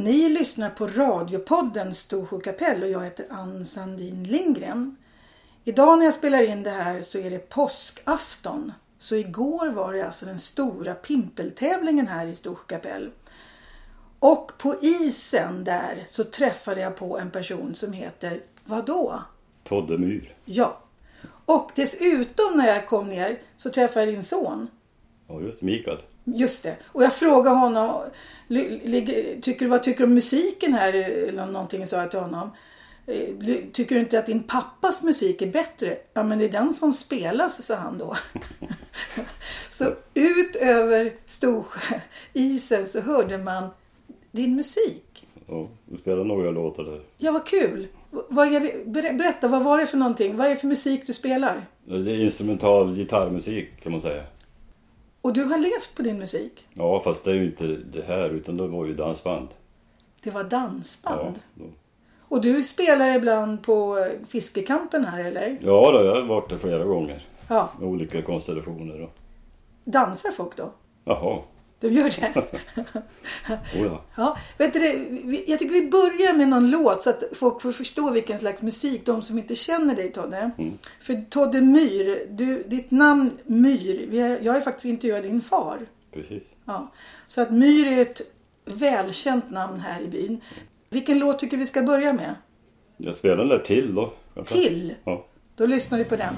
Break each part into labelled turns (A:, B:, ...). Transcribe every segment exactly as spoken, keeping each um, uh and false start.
A: Ni lyssnar på radiopodden Storsjö kapell och jag heter Ann Sandin Lindgren. Idag när jag spelar in det här så är det påskafton. Så igår var det alltså den stora pimpeltävlingen här i Storsjö kapell. Och på isen där så träffade jag på en person som heter, vadå?
B: Todde Myhr.
A: Ja. Och dessutom när jag kom ner så träffade jag din son.
B: Ja, just Mikael.
A: Just det. Och jag frågade honom, tycker, vad tycker du om musiken här? Eller någonting sa jag till honom. Tycker du inte att din pappas musik är bättre? Ja, men det är den som spelas, sa han då. Så ut över Storsjö-isen så hörde man din musik.
B: Ja, du spelar några låtar där.
A: Ja, vad kul. Vad är det, berätta, vad var det för någonting? Vad är det för musik du spelar?
B: Det är instrumental gitarrmusik kan man säga.
A: Och du har levt på din musik?
B: Ja, fast det är ju inte det här utan det var ju dansband.
A: Det var dansband?
B: Ja. Då.
A: Och du spelar ibland på fiskekampen här, eller?
B: Ja, då, jag har varit där flera gånger.
A: Ja.
B: Med olika konstellationer då.
A: Dansar folk då?
B: Jaha.
A: Du gör det?
B: Oh ja.
A: Ja, vet du, jag tycker vi börjar med någon låt så att folk får förstå vilken slags musik, de som inte känner dig, Todde. Mm. För Todde Myhr, du, ditt namn Myhr, jag har faktiskt intervjuat din far.
B: Precis.
A: Ja, så att Myhr är ett välkänt namn här i byn. Vilken låt tycker vi ska börja med?
B: Jag spelar den där till då.
A: Till?
B: Ja.
A: Då lyssnar vi på den.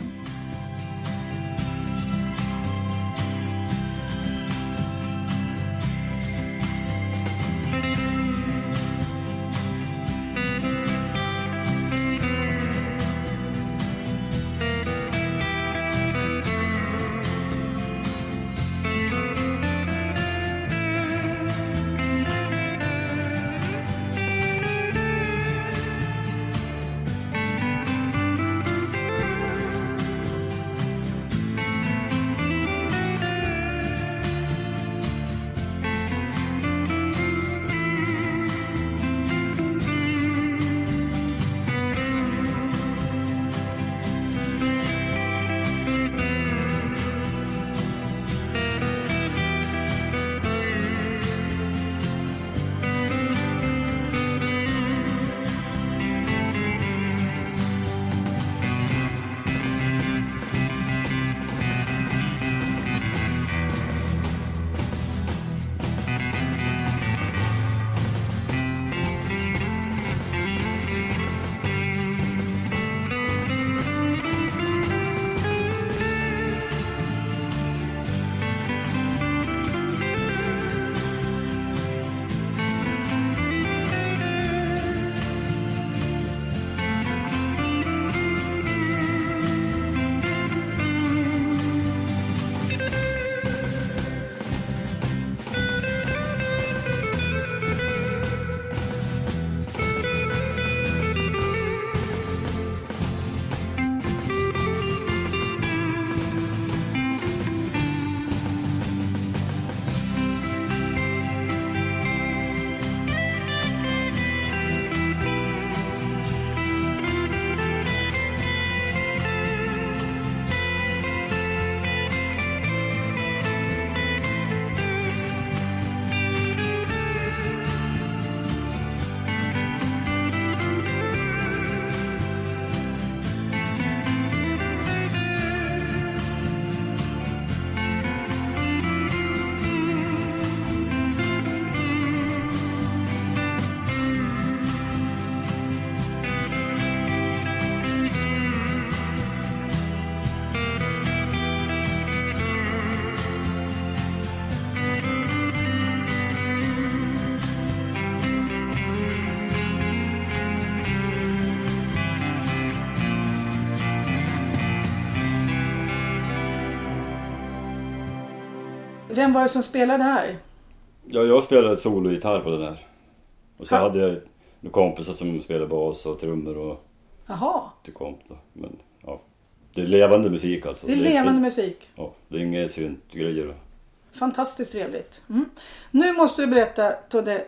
A: Vem var det som spelade här?
B: Ja, jag spelade sologitarr på den här. Och så
A: ha.
B: hade jag några kompisar som spelade bas och trummor och...
A: Jaha.
B: Till komp då. Men ja, det är levande musik alltså.
A: Det är levande det, musik.
B: Ja, det är inget synt grejer.
A: Fantastiskt trevligt. Mm. Nu måste du berätta, Todde.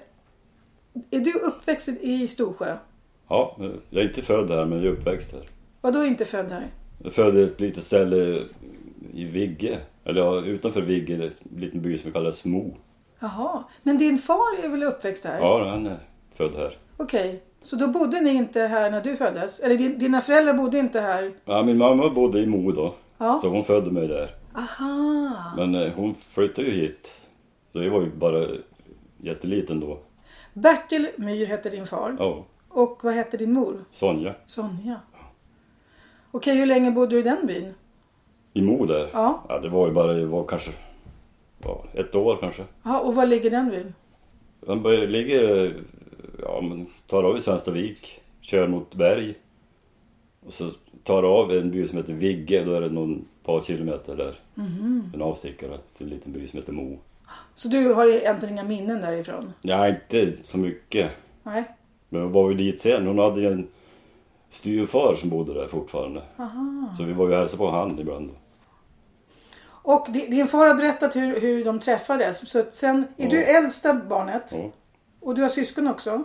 A: Är du uppväxt i Storsjö?
B: Ja, jag är inte född här men jag är uppväxt här.
A: Vadå inte född här?
B: Jag födde ett litet ställe i Vigge. Eller ja, utanför Vigge, en liten by som kallas Smo.
A: Jaha, men din far är väl uppväxt här?
B: Ja, han är född här.
A: Okej, så då bodde ni inte här när du föddes? Eller din, dina föräldrar bodde inte här?
B: Ja, min mamma bodde i Mo då.
A: Ja.
B: Så hon födde mig där.
A: Aha.
B: Men eh, hon flyttade ju hit. Så jag var ju bara jätteliten då.
A: Bertil Myhr hette din far.
B: Ja,
A: Och vad hette din mor?
B: Sonja.
A: Sonja. Okej, hur länge bodde du i den byn?
B: I Mo där.
A: Ja.
B: Ja, det var ju bara, det var kanske ja, ett år kanske.
A: Ja, och var ligger den byn?
B: Den börjar, ligger, ja men tar av i Svenstavik, kör mot berg. Och så tar av en by som heter Vigge, då är det någon par kilometer där.
A: Mhm.
B: En avstickare till en liten by som heter Mo.
A: Så du har egentligen inga minnen därifrån?
B: Ja, inte så mycket.
A: Nej.
B: Men vi var ju dit sen. Hon hade ju en styvfar som bodde där fortfarande.
A: Aha.
B: Så vi var ju och hälsade på han ibland.
A: Och di- din far har berättat hur, hur de träffades. Så att sen är
B: Ja.
A: du äldsta barnet.
B: Ja.
A: Och du har syskon också.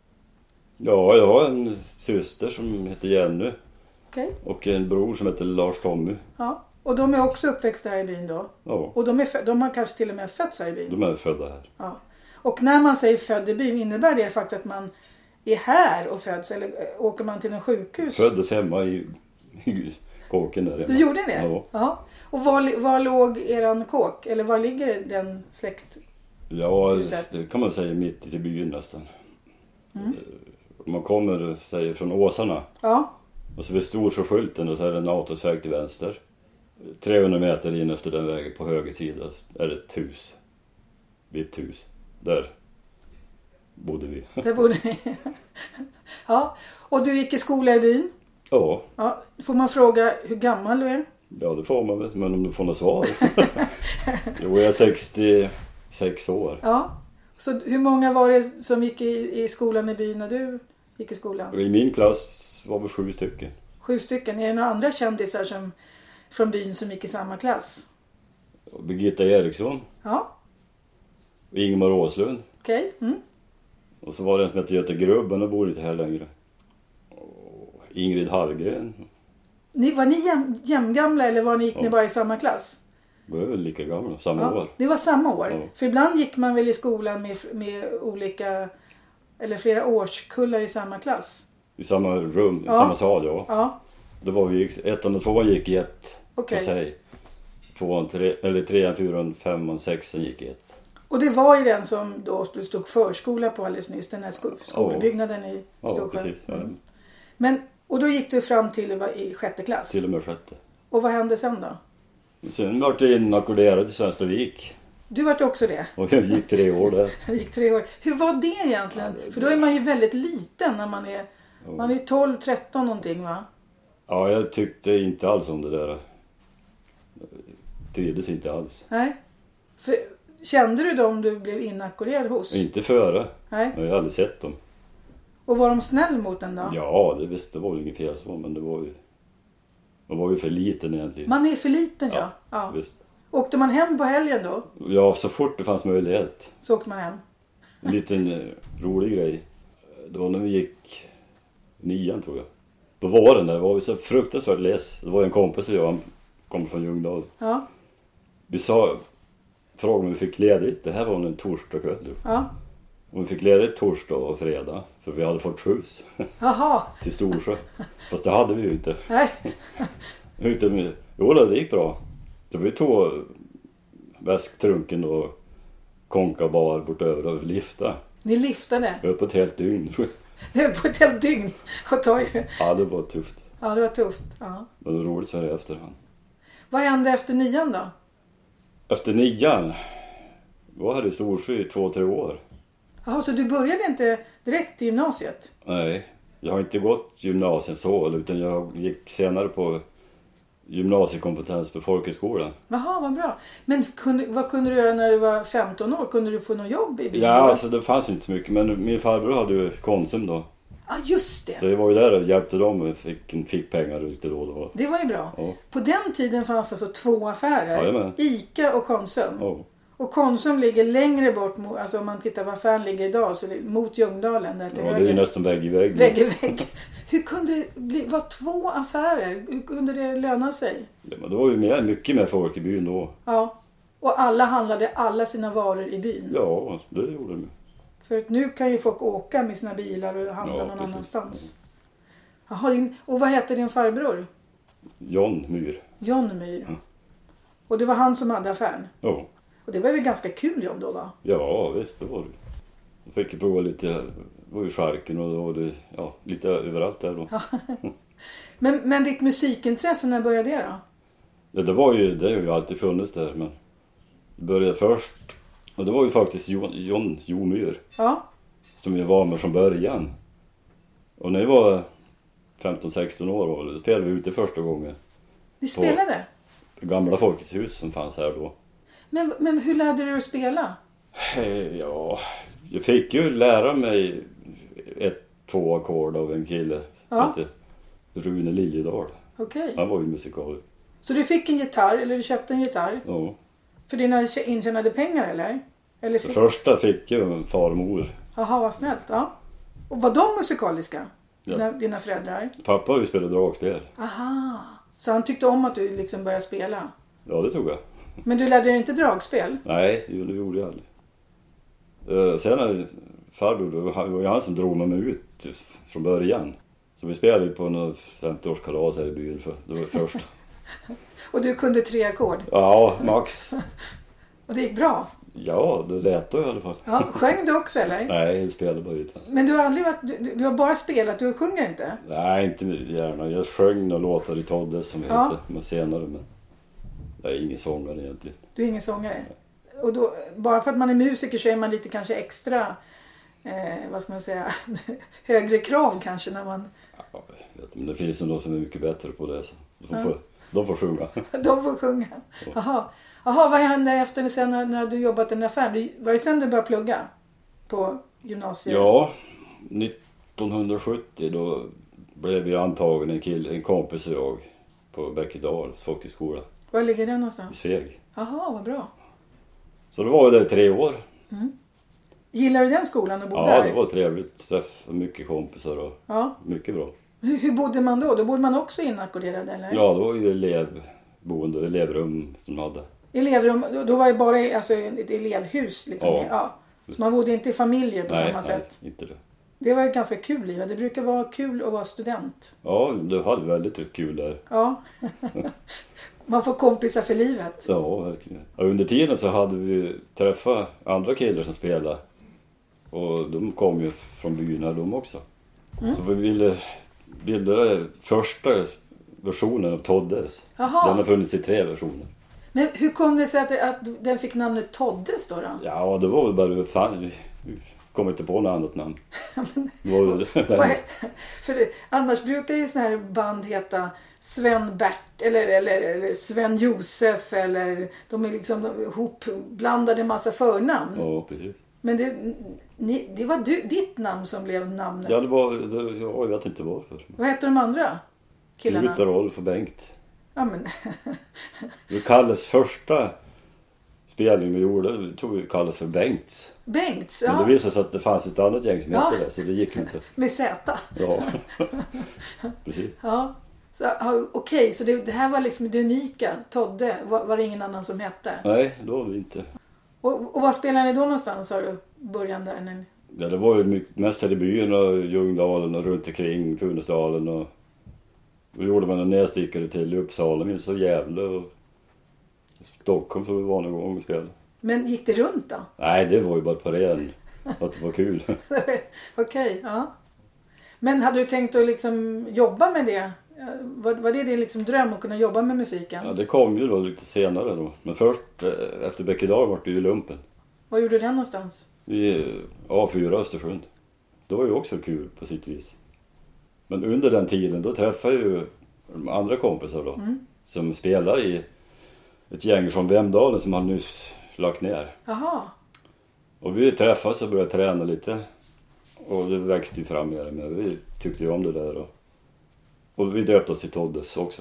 B: Ja, jag har en syster som heter Jenny.
A: Okej.
B: Och en bror som heter Lars Tommy.
A: Ja. Och de är också uppväxta här i byn då.
B: Ja,
A: Och de, är fö- de har kanske till och med fötts här i byn.
B: de är födda här.
A: Ja. Och när man säger född i byn, innebär det faktiskt att man är här och föds? Eller äh, åker man till en sjukhus?
B: Föddes hemma i, i kåken där hemma.
A: Du gjorde det?
B: Ja.
A: Ja. Och var, li- var låg eran kåk? Eller var ligger den släkt?
B: Ja,
A: Huset.
B: det kan man säga mitt i byn nästan.
A: Mm.
B: Man kommer, säger, från Åsarna.
A: Ja.
B: Och så vid Storsjöskylten och så är det en autosväg till vänster. trehundra meter in efter den vägen på höger sida är det ett hus. Vitt hus. Där bodde vi.
A: Där borde ni. Ja. Och du gick i skola i byn?
B: Ja,
A: Ja. Får man fråga hur gammal du är?
B: ja det får man väl. Men om du får något svar. Då är jag sextiosex år.
A: Ja. Så hur många var det som gick i, i skolan i byn när du gick i skolan?
B: Och i min klass var vi sju stycken.
A: Sju stycken. Är det några andra kändisar som, från byn som gick i samma klass?
B: Och Birgitta Eriksson.
A: Ja.
B: Och Ingemar Åslund.
A: Okej. Mm.
B: Och så var det en som hette Göte Grubb, men de bor inte här längre. Och Ingrid Hallgren.
A: Ni, var ni jäm, jämngamla eller var ni, gick
B: Ja.
A: ni bara i samma klass?
B: Vi var väl lika gamla, samma
A: Ja,
B: år.
A: det var samma år.
B: Ja.
A: För ibland gick man väl i skolan med, med olika, eller flera årskullar i samma klass.
B: I samma rum, i
A: Ja.
B: samma sal, ja.
A: Ja,
B: Då var vi, ettan och tvåan gick i ett
A: okej.
B: för sig. Tvåan, tre, eller trean, fyran, femman, sexan gick i ett.
A: Och det var ju den som då du stod förskola på alldeles nyss, den här sko- skolbyggnaden i
B: Ja,
A: Storsjö.
B: precis. Ja.
A: Mm. Men, och då gick du fram till var i sjätte klass.
B: Till och med sjätte.
A: Och vad hände sen då?
B: Sen var jag inackorderad i Svenstavik.
A: Du var också det.
B: Och jag gick tre år där.
A: Jag gick tre år. Hur var det egentligen?
B: Ja, det-
A: För då är man ju väldigt liten när man är,
B: Ja.
A: man är tolv, tretton någonting va?
B: Ja, jag tyckte inte alls om det där. Jag trivdes inte alls.
A: Nej. För, kände du dem du blev inackorderad hos?
B: Inte före.
A: Nej.
B: Jag har aldrig sett dem.
A: Och var de snäll mot en då?
B: Ja, det visste det var väl inget fel så, men det var ju... Man var ju för liten egentligen.
A: Man är för liten ja.
B: Ja,
A: ja.
B: Visst.
A: Åkte man hem på helgen då?
B: Ja, så fort det fanns möjlighet.
A: Så åkte man hem.
B: En liten eh, rolig grej. Det var när vi gick nian tror jag. På våren där var vi så fruktansvärt less. Det var en kompis och jag, han kom från Ljungdal.
A: Ja.
B: Vi sa, frågade om vi fick ledigt. Det här var en torsdag kväll.
A: Ja.
B: Och vi fick ledigt torsdag och fredag. För vi hade fått skjuts
A: Jaha.
B: till Storsjö. Fast det hade vi ju inte.
A: Nej.
B: Utan, jo det gick bra. Så vi tog väsktrunken och konka bar bort över och lifta.
A: Ni liftade.
B: Jag var på ett helt dygn.
A: Det var på ett helt dygn. Och ta i det.
B: Ja, det var tufft.
A: Ja, det var tufft. Ja.
B: Men det var roligt så här i efterhand.
A: Vad hände efter nian då?
B: Efter nian var här i Storsjö i två, tre år.
A: Jaha, så du började inte direkt i gymnasiet?
B: Nej, jag har inte gått gymnasiet så, utan jag gick senare på gymnasiekompetens på folkhögskolan.
A: Jaha, vad bra. Men kunde, vad kunde du göra när du var femton år? Kunde du få något jobb i byn?
B: Ja, alltså det fanns inte så mycket, men min farbror hade ju Konsum då.
A: Ja, just det.
B: Så jag var ju där och hjälpte dem och fick, fick pengar lite då och då.
A: Det var ju bra.
B: Ja.
A: På den tiden fanns alltså två affärer.
B: Jajamän.
A: Ica och Konsum.
B: Ja.
A: Och Konsum ligger längre bort, mo- alltså om man tittar var affären ligger idag, så det, mot Ljungdalen. Där till
B: Ja, det är
A: höger.
B: ju nästan vägg i vägg.
A: Vägg i vägg. Hur kunde det bli, vara två affärer? Hur kunde det löna sig?
B: Ja, men det var ju mer, mycket mer folk i byn då.
A: Ja. Och alla handlade alla sina varor i byn?
B: Ja, det gjorde de.
A: För att nu kan ju folk åka med sina bilar och handla
B: Ja,
A: någon
B: precis.
A: annanstans. Jaha, din, och vad heter din farbror?
B: John Myhr.
A: John Myhr.
B: Mm.
A: Och det var han som hade affären?
B: Ja.
A: Och det var väl ganska kul jobb då, va?
B: Ja, visst, det var det. Jag fick ju prova lite, det var ju Charken och, och det, ja, lite överallt där då.
A: Ja. men, men ditt musikintresse, när började det då?
B: Ja, det var ju, det har ju alltid funnits där, men det började först, och det var ju faktiskt John, John Jo Myhr
A: Ja.
B: som jag var med från början. Och när jag var femton sexton år då spelade vi ute första gången.
A: Ni spelade?
B: På gamla Folkets hus som fanns här då.
A: Men, men hur lärde du dig att spela?
B: Eh, Ja, jag fick ju lära mig ett, två ackord av en kille som
A: Ja.
B: hette Rune Liljedahl.
A: Okej.
B: Han var ju musikal.
A: Så du fick en gitarr, eller du köpte en gitarr?
B: Ja.
A: För dina intjänade pengar, eller? eller
B: För
A: fick...
B: första fick jag en far och mor.
A: Jaha, vad snällt. Ja. Och var de musikaliska?
B: Ja.
A: Dina, dina föräldrar?
B: Pappa har ju spelat dragspel.
A: Aha. Så han tyckte om att du liksom började spela?
B: Ja, det tog jag.
A: Men du lärde dig inte dragspel?
B: Nej, det gjorde jag aldrig. Uh, sen när farbror, då var det han som drog mig ut från början. Så vi spelade på en femtioårskalas här i byn. För, det var först.
A: Och du kunde tre ackord?
B: Ja, max.
A: Och det gick bra?
B: Ja, det lät då i alla fall.
A: Ja, sjöng du också, eller?
B: Nej, jag spelade bara gitarr.
A: Men du har aldrig varit, du, du har bara spelat, du sjunger inte?
B: Nej, inte gärna. Jag sjöng några låtar i Toddes som
A: Ja.
B: heter, men senare. Men jag är ingen sångare egentligen.
A: Du är ingen sångare? Och då, bara för att man är musiker så är man lite kanske extra, eh, vad ska man säga, högre krav kanske när man...
B: Ja, jag vet, men det finns någon som är mycket bättre på det. Så de, får,
A: Ja.
B: de får sjunga.
A: De får sjunga. Jaha. Jaha, vad hände efter sen när, när du jobbat i den affären? Var det sen du började plugga på gymnasiet?
B: Ja, nittonhundrasjuttio då blev jag antagen en kille, en kompis och jag på Bäckedals folkhögskola
A: Var ligger det
B: i
A: någonstans?
B: Sveg.
A: Jaha, vad bra.
B: Så då var jag där i tre år.
A: Gillar du den skolan och bo
B: Ja,
A: där?
B: det var trevligt. Träffade mycket kompisar och
A: Ja.
B: mycket bra.
A: Hur, hur bodde man då? Då bodde man också inackorderad, eller?
B: Ja, det var ju elevboende, elevrum som de hade.
A: Elevrum, då, då var det bara alltså, ett elevhus liksom?
B: Ja.
A: Ja. Så man bodde inte i familjer på
B: Nej,
A: samma
B: nej,
A: sätt?
B: inte det.
A: Det var ett ganska kul liv. Det brukar vara kul att vara student.
B: Ja, det hade väldigt kul där.
A: Ja. Man får kompisar för livet.
B: Ja, verkligen. Ja, under tiden så hade vi träffat andra killar som spelade. Och de kom ju från byn här de också.
A: Mm.
B: Så vi ville bilda första versionen av Toddes.
A: Jaha.
B: Den har funnits i tre versioner.
A: Men hur kom det sig att, att den fick namnet Toddes då? då?
B: Ja, det var väl bara, fan, vi kom inte på något annat namn. Det var väl det
A: Vad är-
B: mest.
A: För det, annars brukar ju såna här band heta Sven Bert eller, eller, eller Sven Josef eller de är liksom hopblandade massa förnamn.
B: Ja, precis.
A: Men det, ni, det var du, ditt namn som blev namnet.
B: Ja, det var, det, jag vet inte varför.
A: Vad heter de andra killarna?
B: Knut, Rolf och Bengt.
A: Ja, men,
B: Det kallas första spelning vi gjorde, det tog vi kallas för Bengts.
A: Bengts,
B: Men det
A: ja,
B: visade sig att det fanns ett annat gäng som
A: Ja.
B: hette det, så det gick inte.
A: med Z.
B: Ja, precis.
A: Ja. Så, ja, okej, så det, det här var liksom det unika. Todde var, var det ingen annan som hette.
B: Nej, då var vi inte.
A: Och, och vad spelade ni då någonstans, sa du? Början där? När ni...
B: Ja, det var ju mycket, mest här i byn och Ljungdalen och runt omkring Funäsdalen och då gjorde man en nedstickare till i Uppsala, minns så Gävle och Stockholm så vi var någon gång och spelade.
A: Men gick det runt då?
B: Nej, det var ju bara på ren att det var kul.
A: Okej, ja. Men hade du tänkt att liksom jobba med det? Var, var det din liksom dröm att kunna jobba med musiken?
B: Ja, det kom ju då lite senare då. Men först eh, efter Bäckedal var det ju lumpen.
A: Var gjorde du den någonstans?
B: I A fyra Östersund. Det var ju också kul på sitt vis. Men under den tiden då träffade jag ju de andra kompisar då.
A: Mm.
B: Som spelade i ett gäng från Vemdalen som han nyss lagt ner.
A: Jaha.
B: Och vi träffades och började träna lite. Och det växte ju fram mer. Men vi tyckte ju om det där. Och, och vi döpte oss i Toddes också.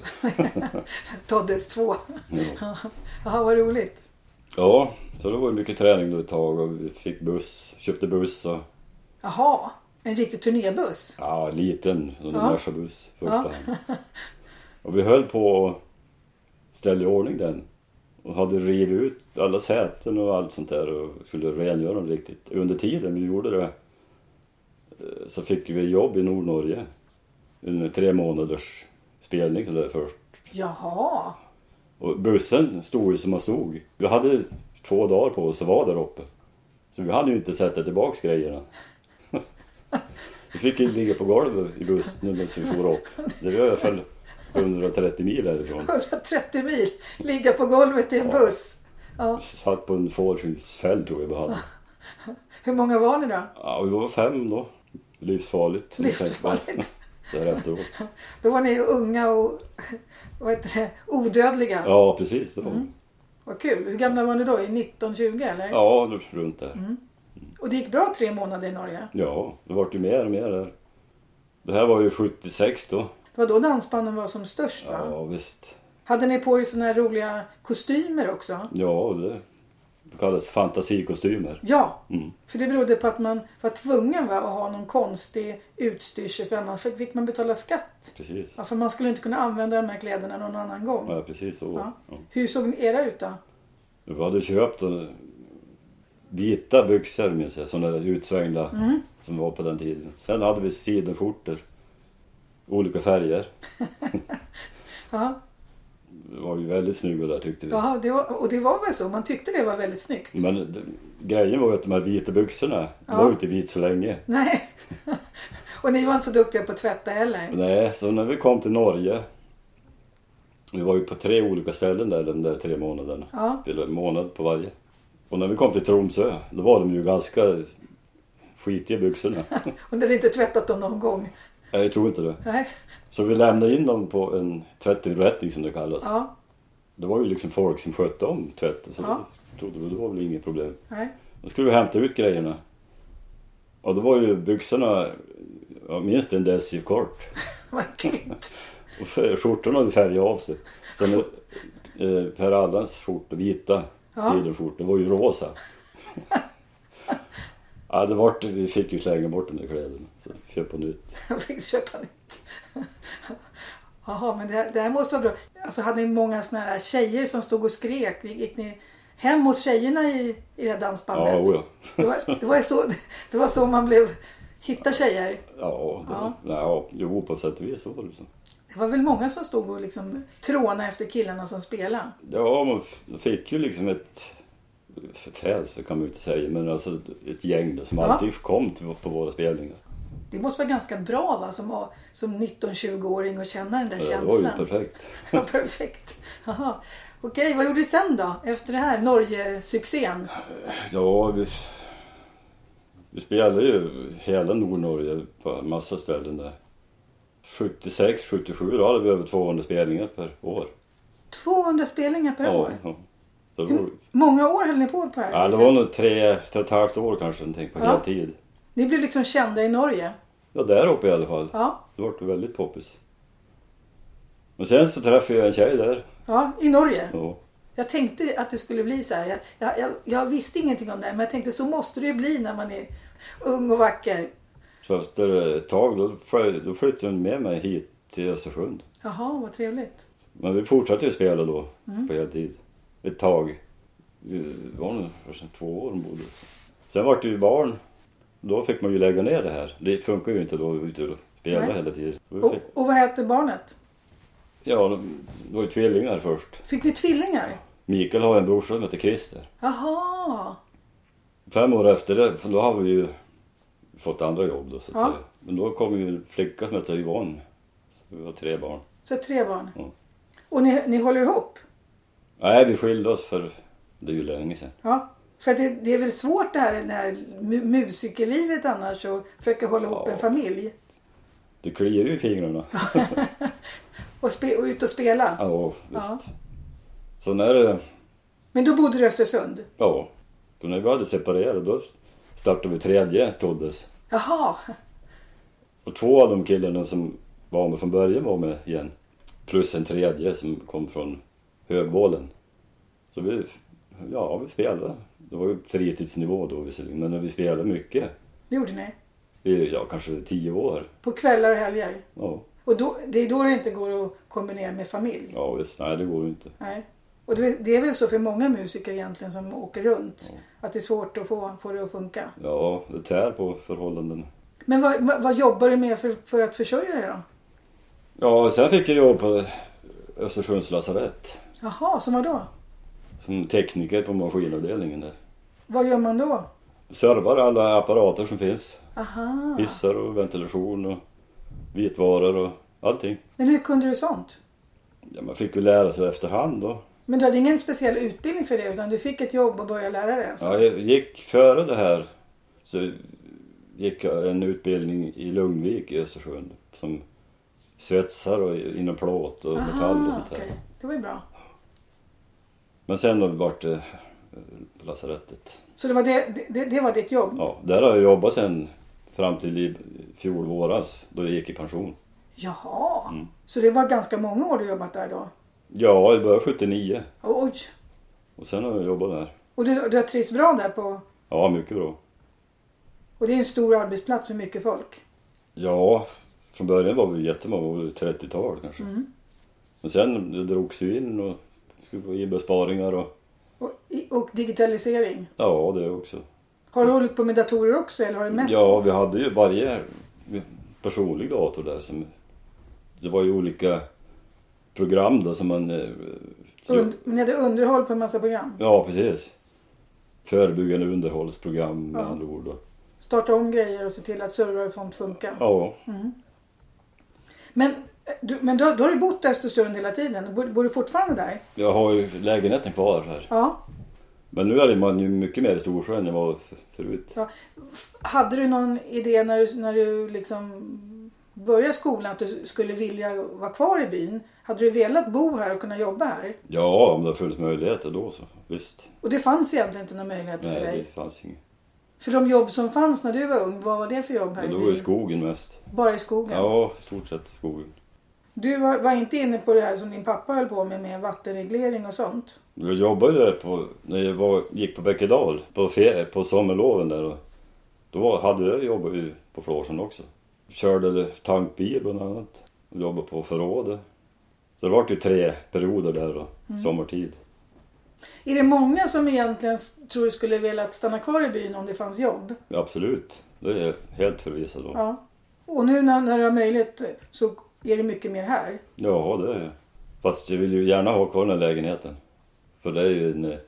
A: Toddes två.
B: Ja.
A: Jaha, vad roligt.
B: Ja, så det var ju mycket träning då ett tag. Och vi fick buss, köpte buss och...
A: Jaha, en riktig turnébuss.
B: Ja, liten. En
A: Ja.
B: Merca-buss första
A: Ja.
B: hand. Och vi höll på att ställa i ordning den. Och hade rivit ut alla säten och allt sånt där och skulle rengöra dem riktigt. Under tiden vi gjorde det så fick vi jobb i Nordnorge. En tre månaders spelning så där först.
A: Jaha.
B: Och bussen stod ju som man stod. Vi hade två dagar på oss att vara där uppe. Så vi hade ju inte sätta tillbaks grejerna. Vi fick ju ligga på golvet i bussen när vi for upp. Det var i alla fall hundratrettio mil härifrån.
A: hundratrettio mil? Ligga på golvet i en ja. buss? Ja.
B: Satt på en fårskinnsfäll tror jag vi hade.
A: Hur många var ni då?
B: Ja, vi var fem då. Livsfarligt.
A: Livsfarligt.
B: Efteråt.
A: Då var ni ju unga och vad heter det, odödliga.
B: Ja, precis.
A: Mm. Vad kul. Hur gamla var ni då? I nitton tjugo eller?
B: Ja, runt där.
A: Mm. Och det gick bra tre månader i Norge?
B: Ja, det var ju mer och mer där. Det här var ju sjuttiosex då.
A: Det var då dansbanden var som störst va?
B: Ja, visst.
A: Hade ni på er såna här roliga kostymer också?
B: Ja, det kallas fantasikostymer.
A: Ja,
B: mm.
A: för det berodde på att man var tvungen va, att ha någon konstig utstyrsel för annars fick man betala skatt.
B: Precis.
A: Ja, för man skulle inte kunna använda de här kläderna någon annan gång.
B: Ja, precis så.
A: Ja.
B: Ja.
A: Hur såg era ut då?
B: Vi hade köpt en vita byxor minns jag, sådana där utsvängda
A: mm.
B: som var på den tiden. Sen hade vi sidenskjortor. Olika färger.
A: Ja.
B: Det var ju väldigt snygga där tyckte vi.
A: Ja, det var, och det var väl så. Man tyckte det var väldigt snyggt.
B: Men det, grejen var ju att de här vita byxorna
A: ja.
B: var ju inte vit så länge.
A: Nej. Och ni var inte så duktiga på att tvätta heller.
B: Nej, så när vi kom till Norge. Vi var ju på tre olika ställen där de där tre månaderna.
A: Ja.
B: En månad på varje. Och när vi kom till Tromsö, då var de ju ganska skitiga byxorna.
A: Och ni hade inte tvättat dem någon gång?
B: Nej, jag tror inte det.
A: Nej.
B: Så vi lämnade in dem på en tvättinrättning som det kallas.
A: Ja.
B: Det var ju liksom folk som skötte om tvätten. Så
A: ja.
B: då trodde vi det var väl inget problem.
A: Nej.
B: Då skulle vi hämta ut grejerna. Och då var ju byxorna ja, minst en deci kort.
A: Vad grymt.
B: Och skjortorna hade färgat av sig. Sen eh, Per Allans skjortor, vita ja. sidenskjortor, det var ju rosa. Ja, det var, vi fick ju slänga bort de där kläderna. Så köpa på nytt.
A: Jag fick köpa nytt. Jaha, men det här, det här måste vara bra. Alltså hade ni många såna här tjejer som stod och skrek? Gick ni hem hos tjejerna i, i det här dansbandet?
B: Ja, oja.
A: Det var, det var, så, det var så man blev hitta tjejer?
B: Ja, det, ja. ja jo, på sätt och vis så var det så.
A: Det var väl många som stod och liksom tråna efter killarna som spelade?
B: Ja, man fick ju liksom ett fäls kan man ju inte säga, men alltså ett gäng då, som ja. alltid kom till, på våra spelningar.
A: Det måste vara ganska bra va, som, som nitton-tjugo-åring och känna den där
B: ja,
A: känslan.
B: Det var ju perfekt.
A: Ja, perfekt. Aha. Okej, vad gjorde du sen då? Efter det här Norge-succén?
B: Ja, vi, vi spelade ju hela Nordnorge på massa ställen där. sjuttiosex sjuttiosju då hade vi över tvåhundra spelningar per år.
A: tvåhundra spelningar per
B: ja,
A: år?
B: Ja. Så
A: Hur
B: var...
A: många år höll ni på på här?
B: Ja, det var nog tre, tre och ett halvt år kanske någonting på ja. heltid.
A: Ni blev liksom kända i Norge?
B: Ja, där uppe i alla fall.
A: Ja.
B: Det var det väldigt poppis. Men sen så träffade jag en tjej där.
A: Ja, i Norge?
B: Ja.
A: Jag tänkte att det skulle bli så här. Jag, jag, jag, jag visste ingenting om det, men jag tänkte så måste det ju bli när man är ung och vacker.
B: Så efter ett tag då, då flyttade hon med mig hit till Östersund.
A: Jaha, vad trevligt.
B: Men vi fortsatte ju spela då
A: mm.
B: på heltid. Ett tag. Vi var nog för två år bodde. Sen var det ju barn. Då fick man ju lägga ner det här. Det funkar ju inte då ute och spela Nej. hela tiden.
A: Och,
B: fick...
A: och vad hette barnet?
B: Ja, det var ju tvillingar först.
A: Fick ni tvillingar?
B: Mikael har en brorsa som heter Christer.
A: Jaha.
B: Fem år efter det, för då har vi ju fått andra jobb då så att
A: ja.
B: säga. Men då kom ju en flicka som heter Yvonne. Så vi var tre barn.
A: Så tre barn?
B: Ja.
A: Och ni, ni håller ihop?
B: Nej, vi skilde oss för det är ju länge sedan.
A: Ja, för att det, det är väl svårt det här, det här mu- musikerlivet annars att försöka hålla ihop ja. en familj.
B: Det kliar ju i fingrarna.
A: och, spe, och ut och spela?
B: Ja, visst. Ja. Så när...
A: Men då bodde du i Östersund?
B: Ja, så när vi hade separerat då startade vi tredje Toddes.
A: Jaha.
B: Och två av de killarna som var med från början var med igen. Plus en tredje som kom från Högvålen. Så vi, ja, vi spelade. Det var ju fritidsnivå då visserligen, men vi spelade mycket.
A: Det gjorde ni?
B: I, ja, kanske tio år.
A: På kvällar och helger?
B: Ja.
A: Och då, det är då det inte går att kombinera med familj?
B: Ja, visst. Nej, det går ju inte.
A: Nej. Och det, det är väl så för många musiker egentligen som åker runt.
B: Ja.
A: Att det är svårt att få, få det att funka.
B: Ja, det tär på förhållanden.
A: Men vad, vad, vad jobbar du med för, för att försörja dig då?
B: Ja, sen fick jag jobb på Östersunds lasarett.
A: Jaha, som vad då?
B: Som tekniker på maskinavdelningen där.
A: Vad gör man då?
B: Servar alla apparater som finns.
A: Aha.
B: Hissar och ventilation och vitvaror och allting.
A: Men hur kunde du sånt?
B: Ja, man fick ju lära sig efterhand då.
A: Men du hade ingen speciell utbildning för det utan du fick ett jobb och började lära dig? Alltså.
B: Ja, jag gick före det här så gick jag en utbildning i Lugnvik i Östersund som svetsar och inom plåt och
A: Aha,
B: metall och sånt där.
A: Okay. Det var ju bra.
B: Men sen har vi varit eh, på lasarettet.
A: Så det var, det, det, det var ditt jobb?
B: Ja, där har jag jobbat sen fram till i fjol våras då jag gick i pension.
A: Jaha,
B: Mm.
A: så det var ganska många år du jobbat där då?
B: Ja, jag började sjuttionio
A: Oj,
B: och sen har jag jobbat där.
A: och du, du har trivts bra där på...
B: Ja, mycket bra.
A: Och det är en stor arbetsplats med mycket folk?
B: Ja, från början var vi jättemånga, trettiotal kanske.
A: Mm.
B: Men sen det drogs ju in och skulle få i besparingar och...
A: Och, och digitalisering?
B: Ja, det också.
A: Har du hållit på med datorer också eller har du mest?
B: Ja, vi hade ju varje personlig dator där som... Det var ju olika program då som man... eh,
A: Und, men ni hade underhåll på en massa program?
B: Ja, precis. Förebyggande underhållsprogram med
A: Ja.
B: andra ord då.
A: Starta om grejer och se till att servrar och sånt funkar?
B: Ja,
A: Mm. Men, du, men då, då har du bott i Östersund hela tiden? Bor, bor du fortfarande där?
B: jag har ju lägenheten kvar här.
A: Ja.
B: Men nu är man ju mycket mer i Storsjön än jag var f- förut.
A: Ja. Hade du någon idé när du, när du liksom började skolan att du skulle vilja vara kvar i byn? Hade du velat bo här och kunna jobba här?
B: Ja, om det har funnits möjligheter då så, visst.
A: Och det fanns egentligen inte några möjligheter för
B: Nej,
A: dig?
B: det fanns inget.
A: För de jobb som fanns när du var ung, vad var det för jobb här
B: Men
A: i
B: då var det
A: byn?
B: skogen mest.
A: Bara i skogen?
B: Ja, i stort sett skogen.
A: Du var, var inte inne på det här som din pappa höll på med, med vattenreglering och sånt?
B: Jag jobbade där på, när jag var, gick på Bäckedal på, fe, på sommarloven där. Och då var, hade jag jobbat ju på Flårsson också. Körde tankbil bland annat. Och jobbade på förrådet. Så det var ju tre perioder där då,
A: Mm.
B: sommartid.
A: Är det många som egentligen tror du skulle vilja stanna kvar i byn om det fanns jobb?
B: Ja, absolut, det är jag helt förvisad om. Ja,
A: Ja. Och nu när, när du har möjlighet så är det mycket mer här?
B: ja det är jag. Fast jag vill ju gärna ha kvar den här lägenheten. För det är ju en eh,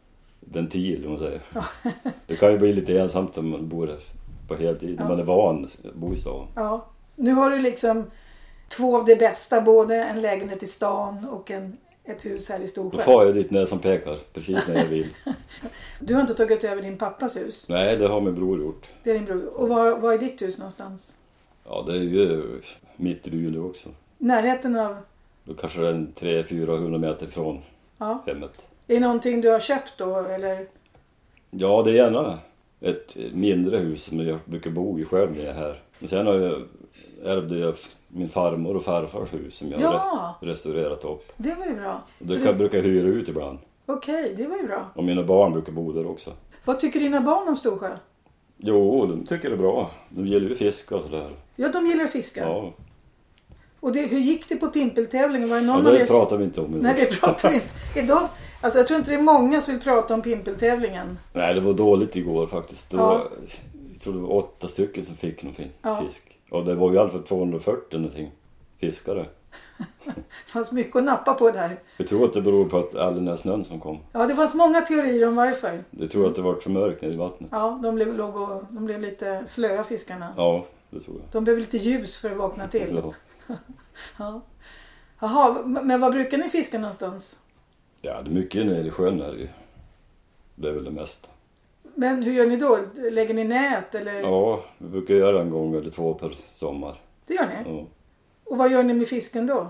B: ventil om man säger.
A: Ja.
B: Det kan ju bli lite ensamt om man bor på heltid. När
A: Ja.
B: man är van att bo i stan.
A: Ja. Nu har du liksom två av det bästa, både en lägenhet i stan och en, ett hus här i
B: Då
A: Storsjö.
B: får jag dit när som pekar, precis när jag vill.
A: Du har inte tagit över din pappas hus?
B: Nej, det har min bror gjort.
A: Det är din bror. Och var, var är ditt hus någonstans?
B: Ja, det är ju mitt i byn också.
A: Närheten av...
B: Då kanske det är en tre till fyrahundra meter från
A: Ja.
B: hemmet.
A: Är det någonting du har köpt då eller?
B: Ja, det är gärna ett mindre hus som jag brukar bo i själv när jag är här. Men sen har jag ärvde jag min farmor och farfars hus som jag
A: Ja.
B: har re- restaurerat upp.
A: Det var ju bra.
B: Det
A: Så
B: kan,
A: det-
B: brukar jag hyra ut ibland.
A: Okej, det var ju bra.
B: Och mina barn brukar bo där också.
A: Vad tycker dina barn om Storsjö?
B: Jo, de tycker det är bra. De gillar ju fiska och sådär.
A: Ja, de gillar att fiska.
B: Ja,
A: Och det, hur gick det på pimpeltävlingen? Var det
B: ja
A: någon av
B: det
A: er...
B: pratar vi inte om idag.
A: Nej, det pratar vi inte. Idag, alltså jag tror inte det är många som vill prata om pimpeltävlingen.
B: Nej, det var dåligt igår faktiskt. Det
A: Ja.
B: var, jag tror det var åtta stycken som fick någon fin
A: Ja.
B: fisk. Och det var ju i alla fall tvåhundrafyrtio någonting fiskare.
A: Det fanns mycket att nappa på där.
B: Jag tror att det beror på att all den här snön som kom.
A: Ja, det fanns många teorier om varför.
B: Jag tror att det var för mörkt nere i vattnet.
A: Ja, de blev, låg och, de blev lite slöa fiskarna.
B: Ja, det tror jag.
A: De behöver lite ljus för att vakna till.
B: Ja.
A: Ja. Jaha, men var brukar ni fiska någonstans?
B: Ja, det är mycket nere i sjön här ju. Det är väl det mesta.
A: Men hur gör ni då? Lägger ni nät eller?
B: Ja, vi brukar göra en gång eller två per sommar.
A: Det gör ni?
B: Ja,
A: Och vad gör ni med fisken då?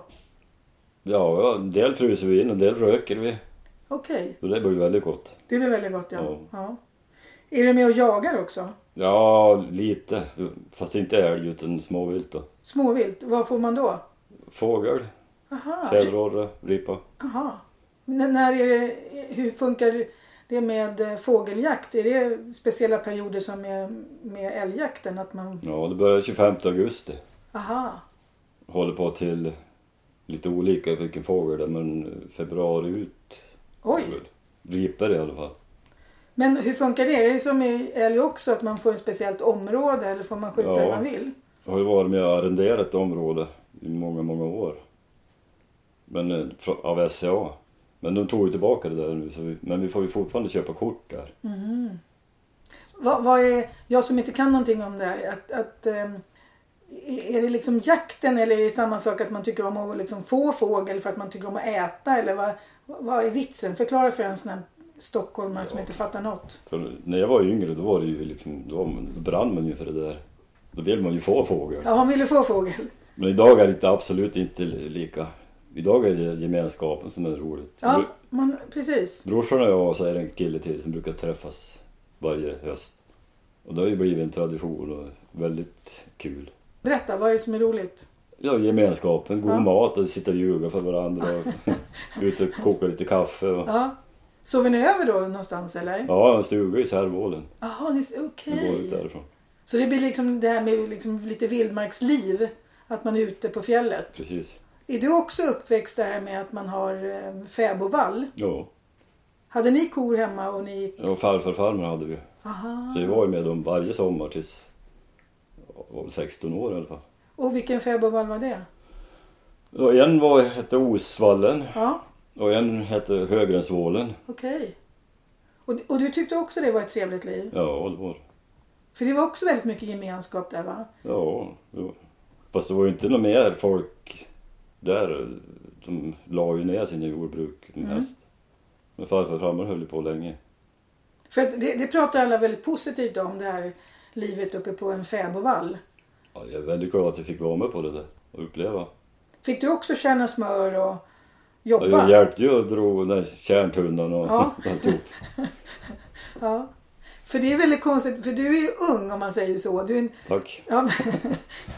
B: ja ja, en del fryser vi in och en del röker vi.
A: Okej,
B: Så det blir väldigt gott.
A: det blir väldigt gott ja.
B: Ja.
A: ja. Är du med och jagar också?
B: Ja, lite. Fast inte älg utan småvilt då.
A: Småvilt, vad får man då?
B: Fågel,
A: Aha,
B: fjällorre, ripa.
A: aha. Men när är det, hur funkar det med eh, fågeljakt? Är det speciella perioder som med, med älgjakten? Att man,
B: Ja, det börjar tjugofemte augusti.
A: aha,
B: Håller på till lite olika vilken fågel det är, men februari ut
A: Oj!
B: Riper i alla fall.
A: Men hur funkar det? Är det som i älg också att man får ett speciellt område eller får man skjuta
B: Ja.
A: hur man vill?
B: Jag har ju varit med och arrenderat ett område i många, många år. Men eh, frå- av S C A. Men de tog ju tillbaka det där nu. Så vi, men vi får ju fortfarande köpa kort där.
A: Mm. Vad, vad är, jag som inte kan någonting om det här, att, att, ähm, är det liksom jakten eller är det samma sak att man tycker om att liksom få fågel för att man tycker om att äta? Eller vad, vad är vitsen? Förklara för en sån här stockholmare som inte fattar något.
B: För när jag var yngre då var det ju liksom, då brann man ju för det där. Då vill man ju få fågel.
A: Ja, man ville få fågel.
B: Men idag är det inte, absolut inte lika. Idag är det gemenskapen som är roligt.
A: Ja, man, precis.
B: Brorsan och jag, så är det en kille till som brukar träffas varje höst. Och det har ju blivit en tradition och väldigt kul.
A: Berätta, vad är det som är roligt?
B: Ja, gemenskapen, god
A: Ja.
B: mat och sitta och ljuga för varandra och ut och koka lite kaffe. Och...
A: Ja. Sover ni över då någonstans eller?
B: Ja, en stuga i Särvålen.
A: Jaha, ni- okej.
B: Vi går ut därifrån.
A: Så det blir liksom det här med liksom lite vildmarksliv. Att man är ute på fjället.
B: Precis.
A: Är du också uppväxt där med att man har eh, fäbodvall?
B: Ja.
A: Hade ni kor hemma och ni...
B: Ja, farfar och farmor hade vi.
A: Aha.
B: Så jag var ju med dem varje sommar tills jag var sexton år i alla fall.
A: Och vilken fäbodvall var det?
B: Och en var, hette Osvallen
A: Ja,
B: och en hette Högrensvålen.
A: okej. Och, och du tyckte också det var ett trevligt liv?
B: Ja, det var
A: För det var också väldigt mycket gemenskap där va?
B: Ja, det var. Fast det var ju inte något mer folk där. De la ju ner sina jordbruk mest.
A: Mm.
B: Men farfar och farmor höll ju på länge.
A: För att det, det pratar alla väldigt positivt om, det här livet uppe på en fäbodvall.
B: Ja, jag är väldigt glad att jag fick vara med på det där och uppleva.
A: Fick du också tjäna smör och
B: Ja,
A: jobba?
B: jag hjälpte ju att dra den kärntunnan och
A: Ja.
B: alltihop.
A: Ja. För det är väldigt konstigt, för du är ju ung om man säger så. Du är en,
B: Tack.
A: ja, men,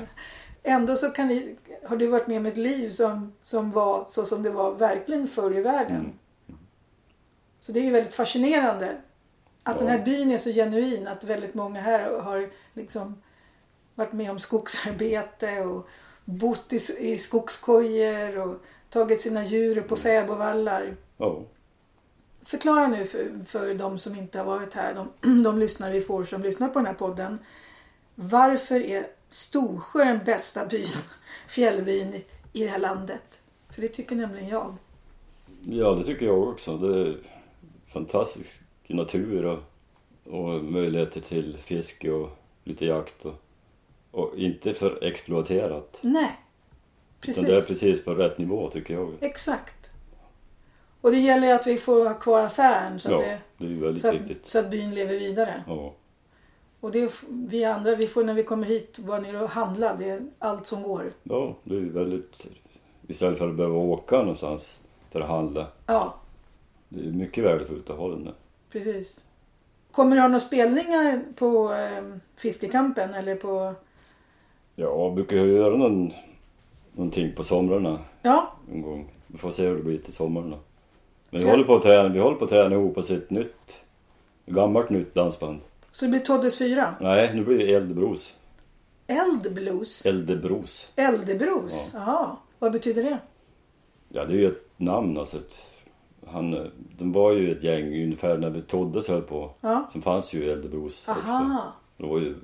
A: ändå så kan ni, har du varit med om ett liv som, som var så som det var verkligen förr i världen.
B: Mm.
A: Så det är ju väldigt fascinerande att
B: Ja.
A: den här byn är så genuin, att väldigt många här har liksom varit med om skogsarbete och bott i, i skogskojor och tagit sina djur på fäbodvallar.
B: Ja.
A: Förklara nu för, för de som inte har varit här, de, de lyssnare vi får som lyssnar på den här podden. Varför är Storsjö den bästa byn, fjällbyn i, i det här landet? För det tycker nämligen jag.
B: Ja, det tycker jag också. Det är fantastisk natur och, och möjligheter till fiske och lite jakt. Och, och inte för exploaterat.
A: Nej, precis.
B: Utan det är precis på rätt nivå tycker jag.
A: Exakt. Och det gäller att vi får ha kvar affären så,
B: Ja,
A: att, det,
B: det är ju väldigt
A: så, att,
B: viktigt.
A: så att byn lever vidare.
B: Ja.
A: Och det, vi andra, vi får när vi kommer hit vara nere och handla. Det är allt som går.
B: Ja, det är ju väldigt... Istället för att behöva åka någonstans för att handla.
A: Ja,
B: Det är mycket värdefullt att ha den där.
A: precis. Kommer du ha några spelningar på eh, fiskekampen eller på...
B: Ja, jag brukar ju göra någon, någonting på somrarna
A: Ja,
B: en gång. Vi får se hur det blir till sommaren då. Men vi
A: Så-
B: håller på att träna, vi håller på att träna ihop oss ett nytt, gammalt nytt dansband.
A: så det blir Toddes fyra.
B: Nej, nu blir det Eldebros.
A: Eldblues.
B: Eldebros.
A: Eldebros. Jaha, vad betyder det?
B: Ja, det är ju ett namn alltså. Ett, han, de var ju ett gäng ungefär när vi Toddes höll på.
A: Ja.
B: Som fanns ju Eldebros också.
A: Aha.
B: Det var ju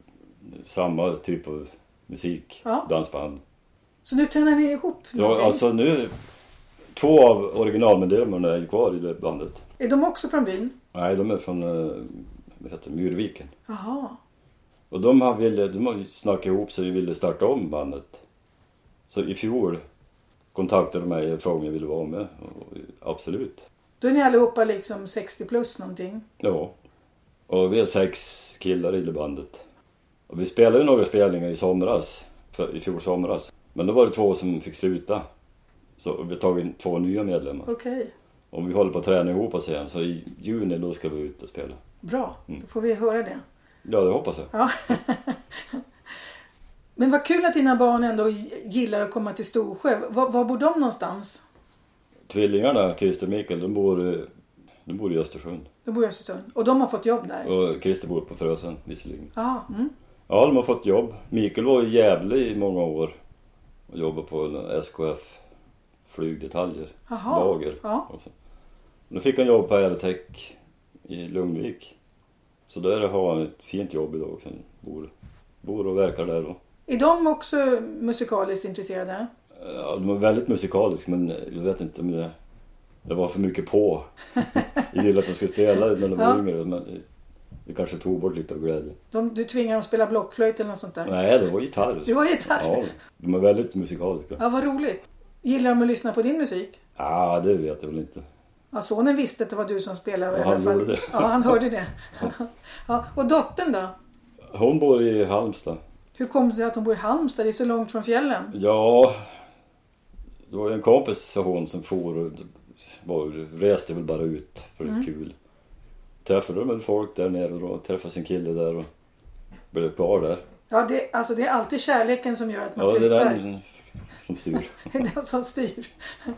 B: samma typ av musik,
A: Ja.
B: dansband.
A: Så nu tränar ni ihop
B: Ja,
A: någonting?
B: alltså nu, två av originalmedlemmarna är ju kvar i det bandet.
A: Är de också från byn?
B: Nej, de är från eh, vad heter det, Myrviken.
A: Jaha.
B: Och de har, ville, de har ju snackat ihop sig och ville starta om bandet. Så i fjol kontaktade de mig och frågade om jag ville vara med. Och, absolut.
A: Då är ni allihopa liksom sextio plus någonting.
B: Ja. Och vi är sex killar i det bandet. Och vi spelade några spelningar i somras. För, I fjol somras. Men då var det två som fick sluta. Så vi har tagit två nya medlemmar.
A: Okej.
B: Om vi håller på att träna ihop oss igen. Så i juni då ska vi ut och spela.
A: Bra,
B: Mm.
A: då får vi höra det.
B: Ja, det hoppas jag.
A: Ja. Men vad kul att dina barn ändå gillar att komma till Storsjö. Var, var bor de någonstans?
B: Tvillingarna, Christer och Mikael, de bor, i- de bor i Östersund.
A: De bor i Östersund. Och de har fått jobb där?
B: Och Christer bor på Frösön visserligen.
A: Ja, mm.
B: Ja, de har fått jobb. Mikael var i Gävle i många år. Och jobbade på S K F flygdetaljer.
A: Jaha.
B: Lager.
A: Ja.
B: Och, så. Nu fick han jobb på Aerotech i Lugnvik. Så där har han ett fint jobb idag också. Bor, bor och verkar där då.
A: Är de också musikaliskt intresserade?
B: Ja, de är väldigt musikaliska, men jag vet inte om det, det var för mycket på. Jag ville att de skulle spela när de var ja. yngre, men det kanske tog bort lite av glädje.
A: De, du tvingar dem att spela blockflöjt eller något sånt där?
B: Nej, det var gitarr.
A: Det var gitarr?
B: Ja, de är väldigt musikaliska.
A: Ja, vad roligt. Gillar de att lyssna på din musik?
B: Ja, det vet jag väl inte.
A: Ja, sonen visste att det var du som spelade.
B: Ja,
A: i alla
B: han
A: fall.
B: gjorde det.
A: Ja, han hörde det. Ja, och dottern då?
B: Hon bor i Halmstad.
A: Hur kom det sig att hon bor i Halmstad? Det är så långt från fjällen.
B: Ja, det var en kompis och hon som for och var, reste väl bara ut för det mm. kul. Träffade de folk där nere och träffade sin kille där och blev kvar där.
A: Ja, det, alltså det är alltid kärleken som gör att man
B: ja,
A: flyttar.
B: Ja, det är den som styr.
A: Det är den som styr.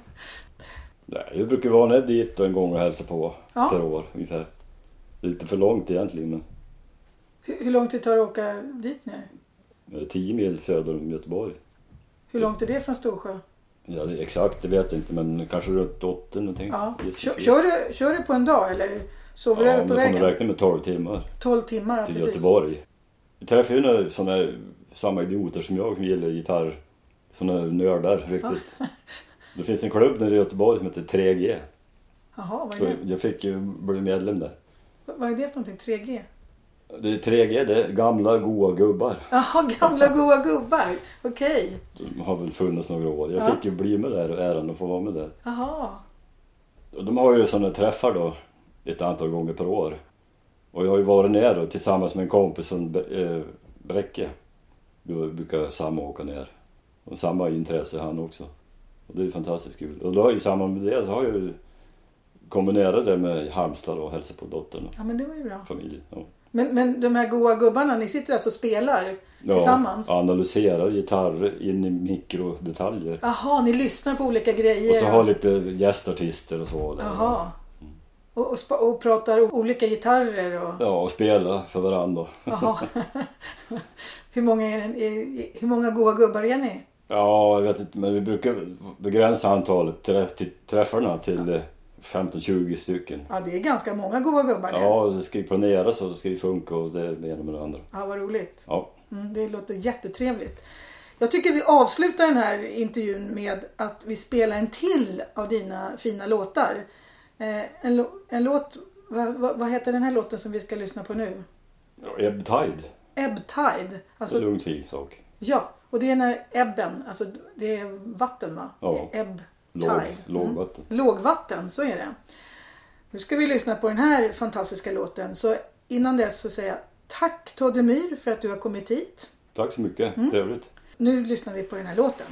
B: Nej, vi brukar vara ner dit och en gång och hälsa på ja. per år ungefär. Det är lite för långt egentligen. Men...
A: Hur, hur långt det tar att åka dit ner?
B: tio mil söder om Göteborg.
A: Hur långt är det från Storsjö?
B: Ja, det, exakt, det vet jag inte, men kanske runt åttio någonting.
A: Ja. Kör, kör, du, kör du på en dag eller sover du
B: ja,
A: över på vägen?
B: Ja, man räkna med tolv timmar.
A: tolv timmar,
B: till
A: precis.
B: Göteborg. Jag träffar ju några sådana samma idioter som jag som gillar gitarr. Sådana nördar riktigt. Ja. Det finns en klubb där i Göteborg som heter tre G.
A: Jaha, vad är
B: så
A: det?
B: Jag fick ju bli medlem där.
A: V- vad är det för någonting? tre G?
B: Det är tre G, det är gamla goa gubbar.
A: Jaha, gamla goa gubbar. Okej. Okay.
B: De har väl funnits några år. Jag
A: ja.
B: fick ju bli med där och äran att få vara med där.
A: Jaha.
B: Och de har ju sådana träffar då ett antal gånger per år. Och jag har ju varit ner då, tillsammans med en kompis som äh, Bräcke. Vi brukar samma åka ner. Och samma intresse han också. Och det är fantastiskt kul. Och då i samband med det så har jag ju kombinerat det med Halmstad och hälsa på dottern och
A: ja, men det var ju bra.
B: familjen. Ja.
A: Men, men de här goa gubbarna, ni sitter alltså och spelar ja, tillsammans?
B: Ja, analyserar gitarr in i mikrodetaljer.
A: Jaha, ni lyssnar på olika grejer.
B: Och så har lite gästartister och så.
A: Jaha. Mm. Och, och, sp- och pratar olika gitarrer och...
B: Ja, och spelar för varandra.
A: Jaha. hur, många är, är, hur många goa gubbar är ni?
B: Ja, jag vet inte, men vi brukar begränsa antalet träff- till träffarna till ja. femton tjugo stycken.
A: Ja, det är ganska många goa gubbar det.
B: Ja, det ska ju planeras och det ska ju funka och det är det ena med det andra.
A: Ja, vad roligt.
B: Ja.
A: Mm, det låter jättetrevligt. Jag tycker vi avslutar den här intervjun med att vi spelar en till av dina fina låtar. Eh, en, lo- en låt, vad, vad, vad heter den här låten som vi ska lyssna på nu?
B: Ja, Ebb Tide.
A: Ebb Tide. Alltså,
B: det är lugnt fin sak.
A: Ja, och det är när ebben, alltså det är vatten va?
B: Ja.
A: Ebb
B: Låg,
A: Tide.
B: lågvatten.
A: Mm. Lågvatten, så är det. Nu ska vi lyssna på den här fantastiska låten. Så innan dess så säger jag tack Todd Myhr för att du har kommit hit.
B: Tack så mycket,
A: mm.
B: trevligt.
A: Nu lyssnar vi på den här låten.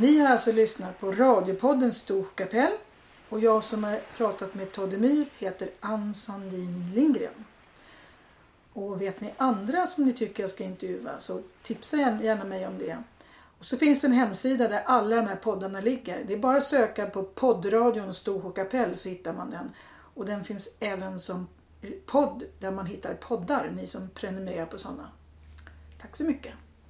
A: Ni har alltså lyssnat på radiopodden Storsjö kapell och jag som har pratat med Todde Myhr heter Ann Sandin Lindgren. Och vet ni andra som ni tycker jag ska intervjua så tipsa gärna mig om det. Och så finns det en hemsida där alla de här poddarna ligger. Det är bara att söka på poddradion Storsjö kapell så hittar man den. Och den finns även som podd där man hittar poddar, ni som prenumererar på sådana. Tack så mycket.